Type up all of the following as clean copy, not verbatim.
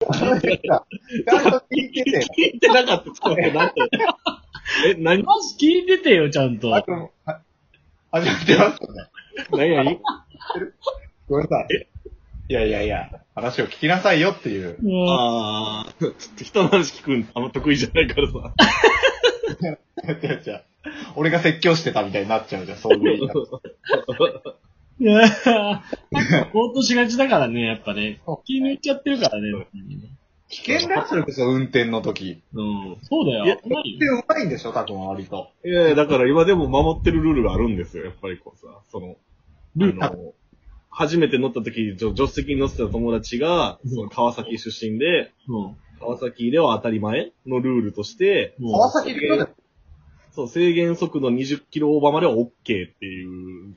聞いてて。 聞いてなかった。ちょっと待って、なんて。何聞いててよ、ちゃんと。 始まってますよね。 何ごめんなさい。いや、話を聞きなさいよっていう。 ああ、ちょっと人の話聞くんあんま得意じゃないからさ。 違う。俺が説教してたみたいになっちゃうじゃん、そういう言い方。 いやー、ぼーっとしがちだからね、やっぱね。気抜いちゃってるからね。 危険だよ、それこそ運転の時。 うん。そうだよ。 運転うまいんでしょ、多分割と。 いやいや、だから今でも守ってるルールがあるんですよ、やっぱりこうさ、 ルール初めて乗った時、助手席に乗せた友達が、その川崎出身で、川崎では当たり前のルールとして、 川崎でそう、制限速度20キロオーバーまでは OK っていう。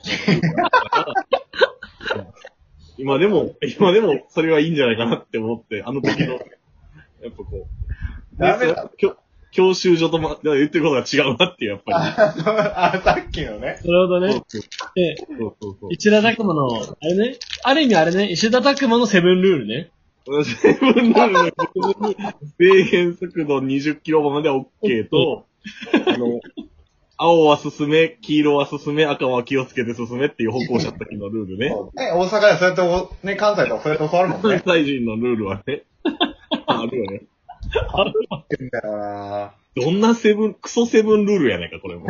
今でも、それはいいんじゃないかなって思って、あの時の、やっぱこう、 ダメだ。 教習所と言ってることが違うなっていう、やっぱり。 さっきのね。 なるほどね。で、石田拓馬の、あれね、ある意味あれね、石田拓馬のセブンルールね。 セブンルールの制限速度20キロオーバーまでは OK と、青は進め、黄色は進め、赤は気をつけて進めっていう歩行者の時のルールね。 大阪ではそうやって、ね、関西ではそうやって教わるもんね。 関西人のルールはね。あるよね。 あるんだよな。 どんなクソセブンルールやないか、これも。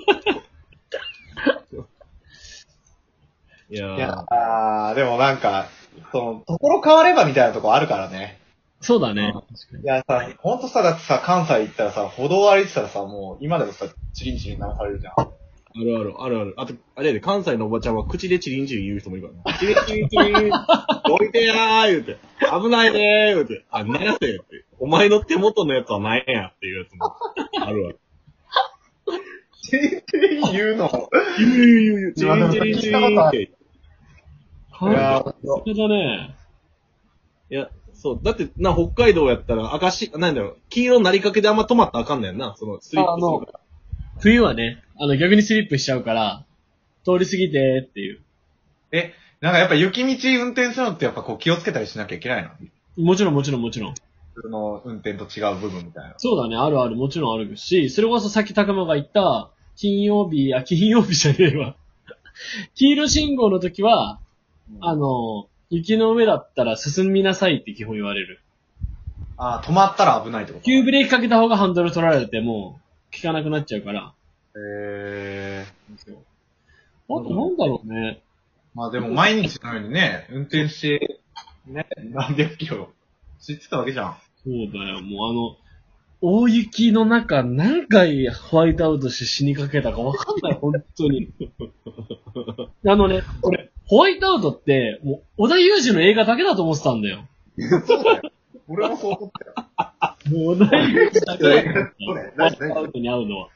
いやでもなんか、ところ変わればみたいなとこあるからね。 そうだね。 いやさ、ほんとさ、だってさ、関西行ったらさ、歩道歩いてたらさ、もう今でもさ、チリンチリン流されるじゃん。 ある。あと、あれやで、関西のおばちゃんは口でチリンチリン言う人もいるからね。チリンチリンチリン、どいてやー言うて、危ないねー言うて、あ、なんやせって、お前の手元のやつは何やっていうやつもあるわ。 チリンチリン言うの。 言う、チリンチリンチリンって。 はい。そうだね。 いや、そう。だって、北海道やったらなんだろう、黄色なりかけであんま止まったらあかんねんな、スリップするから。 冬はね、逆にスリップしちゃうから、通り過ぎてっていう。 なんかやっぱ雪道運転するのってやっぱこう気をつけたりしなきゃいけないの？ もちろん。 普通の運転と違う部分みたいな。 そうだね、ある、もちろんあるし、それこそさっき高間が言った、金曜日じゃねえわ。黄色信号の時は、雪の上だったら進みなさいって基本言われる。 止まったら危ないってこと？ 急ブレーキかけた方がハンドル取られてもう、効かなくなっちゃうから。あとなんだろうね。 まあでも毎日のようにね、運転して、ね、何百キロ知ってたわけじゃん。 そうだよ、もう大雪の中何回ホワイトアウトして死にかけたかわかんない、本当に。俺、ホワイトアウトって、もう、織田裕二の映画だけだと思ってたんだよ。 そうだよ。俺もそう思ったよ。 もう織田裕二だけだと思ってた。ホワイトアウトに会うのは。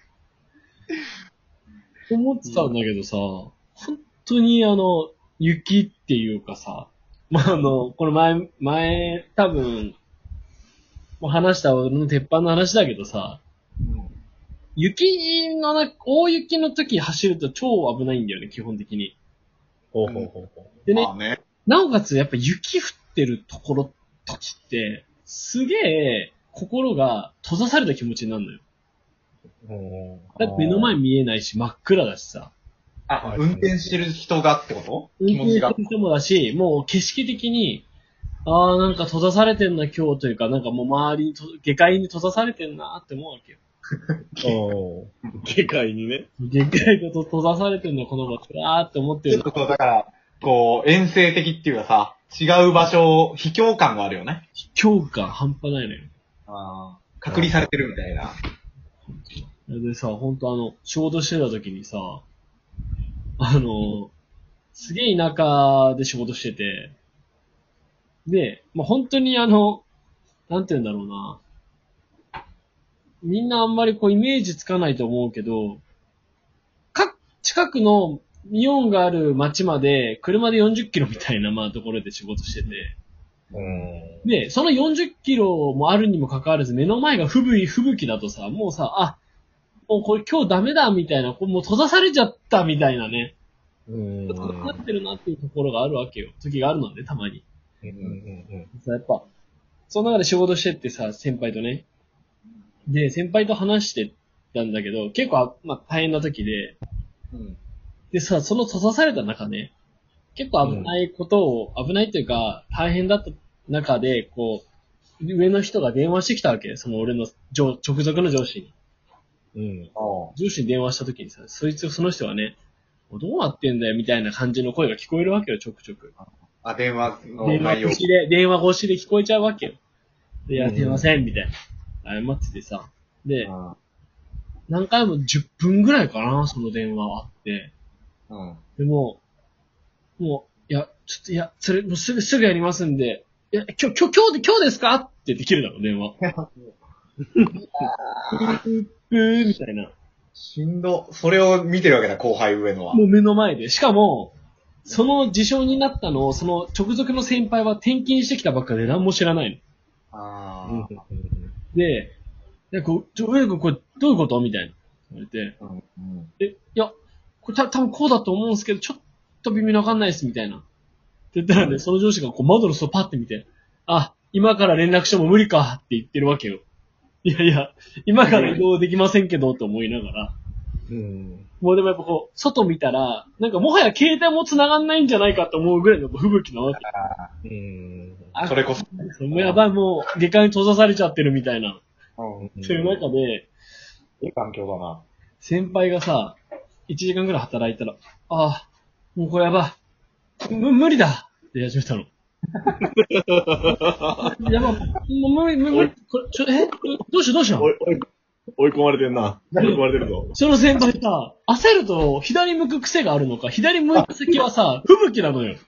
思ってたんだけどさ、本当に雪っていうかさ、これ前、多分、話した俺の鉄板の話だけどさ、大雪の時走ると超危ないんだよね、基本的に。でね、なおかつやっぱ雪降ってる時って、すげえ心が閉ざされた気持ちになるのよ。だって目の前見えないし真っ暗だしさ。 運転してる人がってこと？ 運転してる人もだし、もう景色的に、なんか閉ざされてんな今日というか、なんかもう周りに下界に閉ざされてんなって思うわけよ。 下界にね。 下界と閉ざされてんのこの場所だーって思ってる。 だから、こう、遠征的っていうかさ、違う場所、秘境感があるよね。 秘境感半端ないのよ。 隔離されてるみたいな。 でさ、ほんと仕事してた時にさ、すげえ田舎で仕事してて、で、本当になんて言うんだろうな。みんなあんまりイメージつかないと思うけど、近くのイオンがある町まで車で40キロみたいなところで仕事してて、で、その40キロもあるにもかかわらず目の前が吹雪だとさ、もうさ、もうこれ今日ダメだみたいな、もう閉ざされちゃったみたいなね。なってるなっていうところがあるわけよ。時があるので、たまに。やっぱ、 その中で仕事してってさ、先輩とね。で、先輩と話してたんだけど、結構、まあ、大変な時で、 うん。 でさ、その閉ざされた中で、結構危ないことを、危ないというか、大変だった中で、こう、上の人が電話してきたわけ。その俺の直属の上司に。 うん。 上司に電話した時にさ、その人がね、どうなってんだよみたいな感じの声が聞こえるわけよ、ちょくちょく。 あ、電話の電話内容。 電話越しで聞こえちゃうわけよ。で、いや、 うんすいません、みたいな。謝っててさ。で、 うん。 何回も10分ぐらいかな、その電話あって。 うん。 でも、いや、ちょっと、いや、それ、もうすぐやりますんで、いや、今日ですかってできるだろ、電話。みたいな。 しんど。それを見てるわけだ、後輩上のは。 もう目の前で。しかも、その事象になったのを、その直属の先輩は転勤してきたばっかで何も知らないの。 ああ。 で、上野くんこれどういうことみたいな。言われて、 うん。うん。 いや、これ多分こうだと思うんですけど、ちょっと微妙にわかんないです、みたいな。って言ったらね、その上司がこう窓の外パッて見て、あ、今から連絡しても無理かって言ってるわけよ。いや、今から移動できませんけど、と思いながら。 うん。 もうでもやっぱこう、外見たら、なんかもはや携帯も繋がんないんじゃないかと思うぐらいの吹雪なわけ。 うん。 それこそ。 もうやばい、もう、下界に閉ざされちゃってるみたいな。 うん。 そういう中で、 いい環境だな。 先輩がさ、1時間ぐらい働いたら、ああ、もうこれやばい。無理だって言い始めたの。やばい、もう無理、これ、どうしよう追い込まれてんな。追い込まれてるぞ。 その先輩さ、焦ると左向く癖があるのか、左向いた先はさ、吹雪なのよ。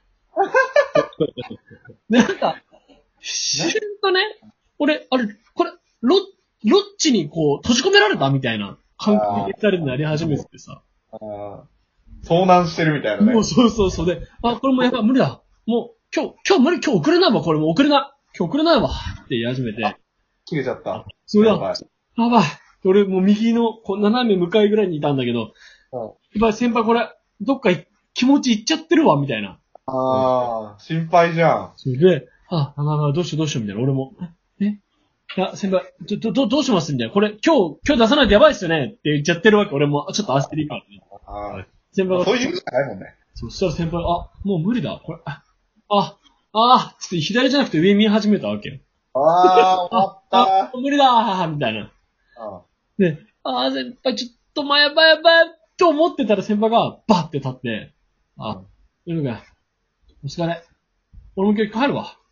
なんか、自然とね、俺、これ、ロッチにこう、閉じ込められたみたいな感覚になり始めててさ。 遭難してるみたいなね。 もうそうで、これもうやばい、無理だ。もう、今日無理、今日遅れないわ、これもう遅れない。今日遅れないわ。って言い始めて。 切れちゃった。 そうだ。 やばい。 やばい。俺もう右の、こう斜め向かいぐらいにいたんだけど、やばい、先輩これ、どっか気持ちいっちゃってるわ、みたいな。 ああ、心配じゃん。 それで、どうしよう、みたいな。俺も、いや、先輩、どうしますみたいな。これ、今日出さないとやばいっすよねって言っちゃってるわけ。俺も、ちょっと焦りからね。先輩が、 そういう意味じゃないもんね。 そしたら先輩が、もう無理だ。これ、つって左じゃなくて上見始めたわけよ。 終わった無理だーみたいな。で、先輩ちょっとやばいと思ってたら先輩がバッて立って、ゆるくん、お疲れ。俺も今日帰るわ。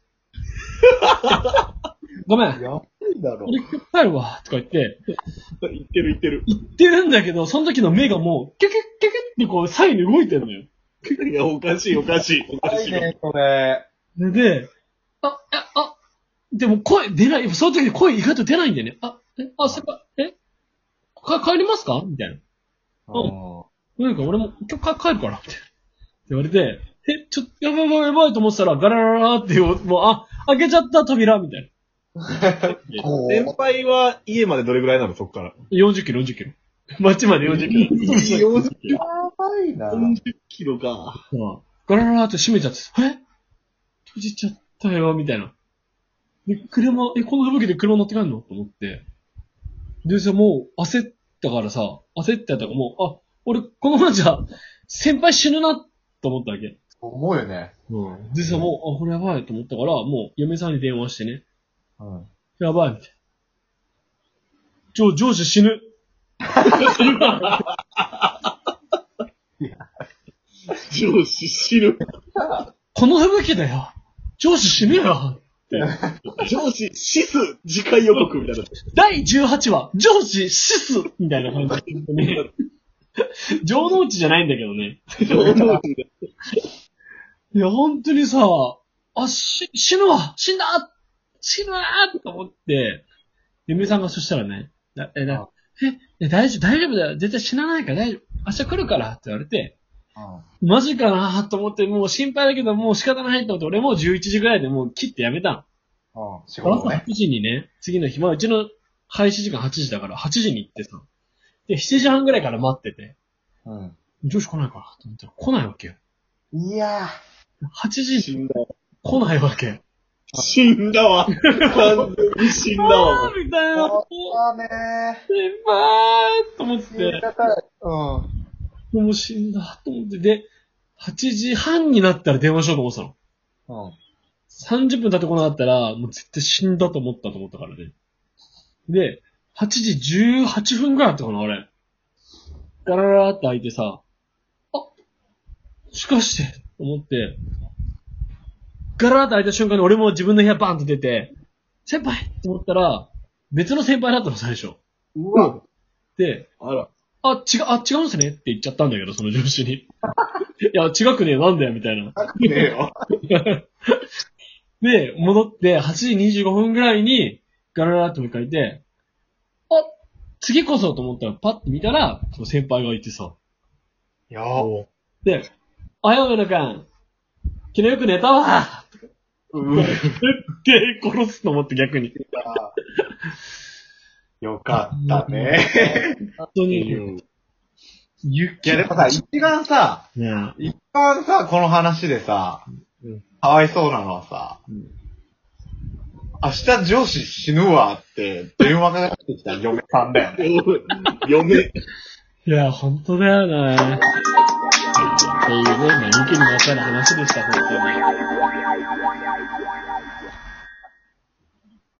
ごめん。 やばいだろ。 俺今日帰るわ。とか言って、 言ってる。 言ってるんだけど、その時の目がもう、キュキュッキュキュッってこう、サインで動いてるのよ。 いや、おかしい。 怖いね、それ。 で、でも声出ない、その時に声意外と出ないんだよね。先輩、帰りますかみたいな。なんか俺も今日帰るから、って言われて、ちょっとやばいと思ってたら、ガラララってもう、開けちゃった扉、みたいな。 先輩は家までどれぐらいなのそっから。 40キロ。街まで40キロ。 やばいな。 40キロか。 ガラララって閉めちゃって、閉じちゃったよ、みたいな。で、この吹雪で車乗って帰んのと思って。でさ、もう焦ったからさ、焦ってたからもう、俺、このままじゃ、先輩死ぬな、と思ったわけ。 思うよね。 でさ、もう、これやばいと思ったから、もう、嫁さんに電話してね。 うん。 やばい、みたいな。上司死ぬ。 上司死ぬ。 この吹雪だよ。上司死ぬよ。 上司死す次回予告みたいな。 第18話、上司死すみたいな感じで、ね。城之内じゃないんだけどね。いや、本当にさ、死ぬわ死んだと思って、嫁さんがそしたらね、大丈夫だよ。絶対死なないから大丈夫。明日来るからって言われて、マジかなと思って、もう心配だけど、もう仕方ないと思って、俺もう11時ぐらいでもう切ってやめたの。 仕事ね。 8時にね、次の日、うちの開始時間8時だから、8時に行ってさ。で、7時半ぐらいから待ってて。上司来ないかなと思ったら来ないわけよ。 いや 8時に来ないわけ。 死んだわ。完全に死んだわ。 みたいな。 そうだね先輩と思っー。 て、 うん。 もう死んだと思って、で、8時半になったら電話しようと思ってたの。 うん。 30分経ってこなかったら、もう絶対死んだと思ったからね。で、8時18分ぐらいだったかな、あれ。ガララーって開いてさ、あ、もしかして、と思って、ガララーって開いた瞬間に俺も自分の部屋バーンと出て、先輩って思ったら、別の先輩だったの、最初。 うわ。で、 あら。 違うんすねって言っちゃったんだけど、その上司に。いや、違くねえ、なんだよ、みたいな。 ねえよ。 で、戻って、8時25分ぐらいに、ガララーって書いて、あ、次こそと思ったら、パッて見たら、その先輩がいてさ。 いやー。 で、あやめのかん、昨日よく寝たわって殺すと思って逆に。 よかったね。 本当に。 いや、でもさ、一番さ、この話でさ、かわいそうなのはさ、明日上司死ぬわって電話がかかってきた嫁さんだよね。 嫁。 いや、本当だよな。っていうね、まあ、抜きにまつわる話でした、本当に。